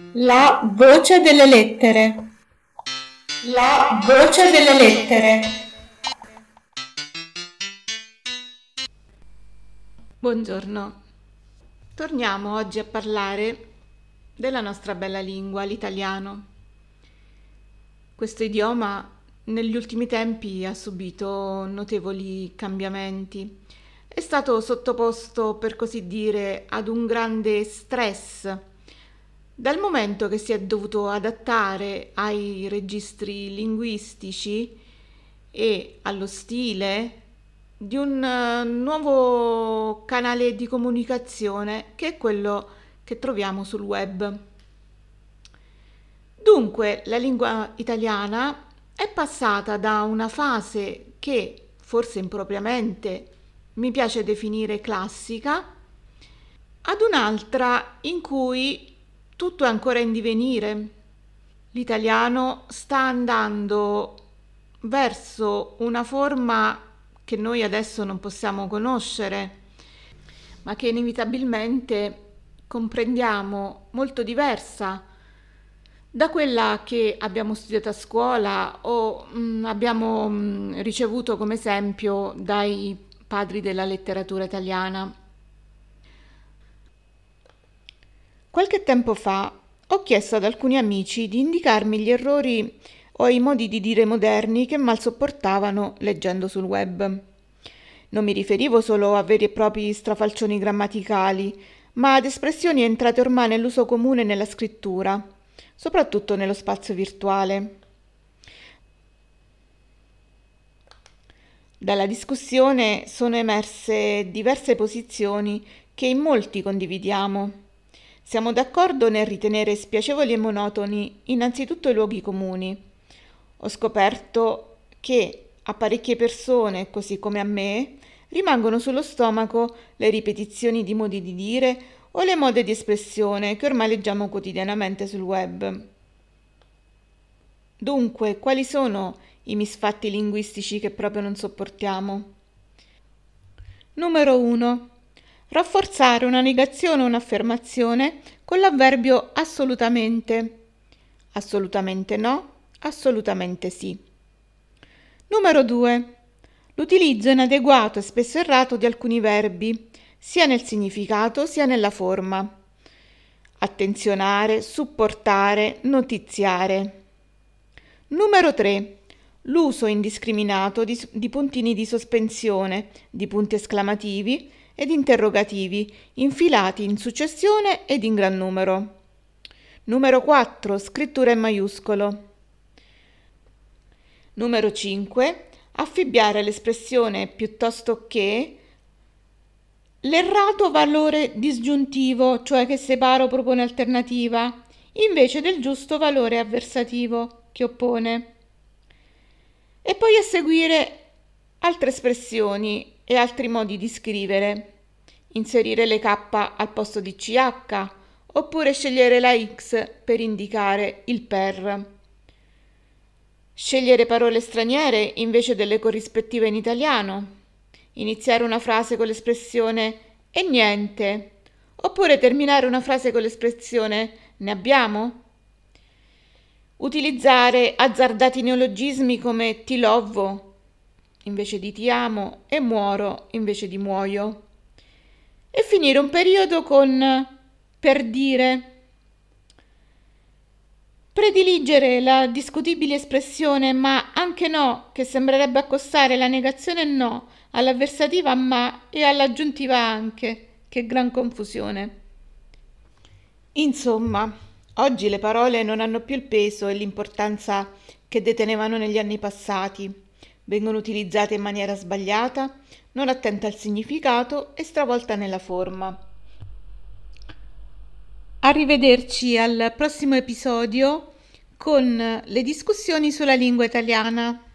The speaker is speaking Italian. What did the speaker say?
La voce delle lettere. La voce delle lettere. Buongiorno, torniamo oggi a parlare della nostra bella lingua, l'italiano. Questo idioma negli ultimi tempi ha subito notevoli cambiamenti. È stato sottoposto, per così dire, ad un grande stress, dal momento che si è dovuto adattare ai registri linguistici e allo stile di un nuovo canale di comunicazione che è quello che troviamo sul web. Dunque, la lingua italiana è passata da una fase che, forse impropriamente, mi piace definire classica, ad un'altra in cui tutto è ancora in divenire. L'italiano sta andando verso una forma che noi adesso non possiamo conoscere, ma che inevitabilmente comprendiamo molto diversa da quella che abbiamo studiato a scuola o abbiamo ricevuto come esempio dai padri della letteratura italiana. Qualche tempo fa ho chiesto ad alcuni amici di indicarmi gli errori o i modi di dire moderni che mal sopportavano leggendo sul web. Non mi riferivo solo a veri e propri strafalcioni grammaticali, ma ad espressioni entrate ormai nell'uso comune nella scrittura, soprattutto nello spazio virtuale. Dalla discussione sono emerse diverse posizioni che in molti condividiamo. Siamo d'accordo nel ritenere spiacevoli e monotoni innanzitutto i luoghi comuni. Ho scoperto che a parecchie persone, così come a me, rimangono sullo stomaco le ripetizioni di modi di dire o le mode di espressione che ormai leggiamo quotidianamente sul web. Dunque, quali sono i misfatti linguistici che proprio non sopportiamo? Numero 1. Rafforzare una negazione o un'affermazione con l'avverbio assolutamente. Assolutamente no, assolutamente sì. Numero 2. L'utilizzo inadeguato e spesso errato di alcuni verbi, sia nel significato sia nella forma. Attenzionare, supportare, notiziare. Numero 3. L'uso indiscriminato di puntini di sospensione, di punti esclamativi ed interrogativi infilati in successione ed in gran numero. Numero 4. Scrittura in maiuscolo. Numero 5. Affibbiare l'espressione piuttosto che l'errato valore disgiuntivo, cioè che separa o propone alternativa, invece del giusto valore avversativo che oppone. E poi a seguire altre espressioni e altri modi di scrivere. Inserire le K al posto di CH, oppure scegliere la X per indicare il per. Scegliere parole straniere invece delle corrispettive in italiano. Iniziare una frase con l'espressione e niente, oppure terminare una frase con l'espressione ne abbiamo? Utilizzare azzardati neologismi come ti lovo invece di ti amo e muoro invece di muoio. E finire un periodo con per dire. Prediligere la discutibile espressione ma anche no, che sembrerebbe accostare la negazione no all'avversativa ma e all'aggiuntiva anche. Che gran confusione. Insomma, oggi le parole non hanno più il peso e l'importanza che detenevano negli anni passati. Vengono utilizzate in maniera sbagliata, non attenta al significato e stravolta nella forma. Arrivederci al prossimo episodio con le discussioni sulla lingua italiana.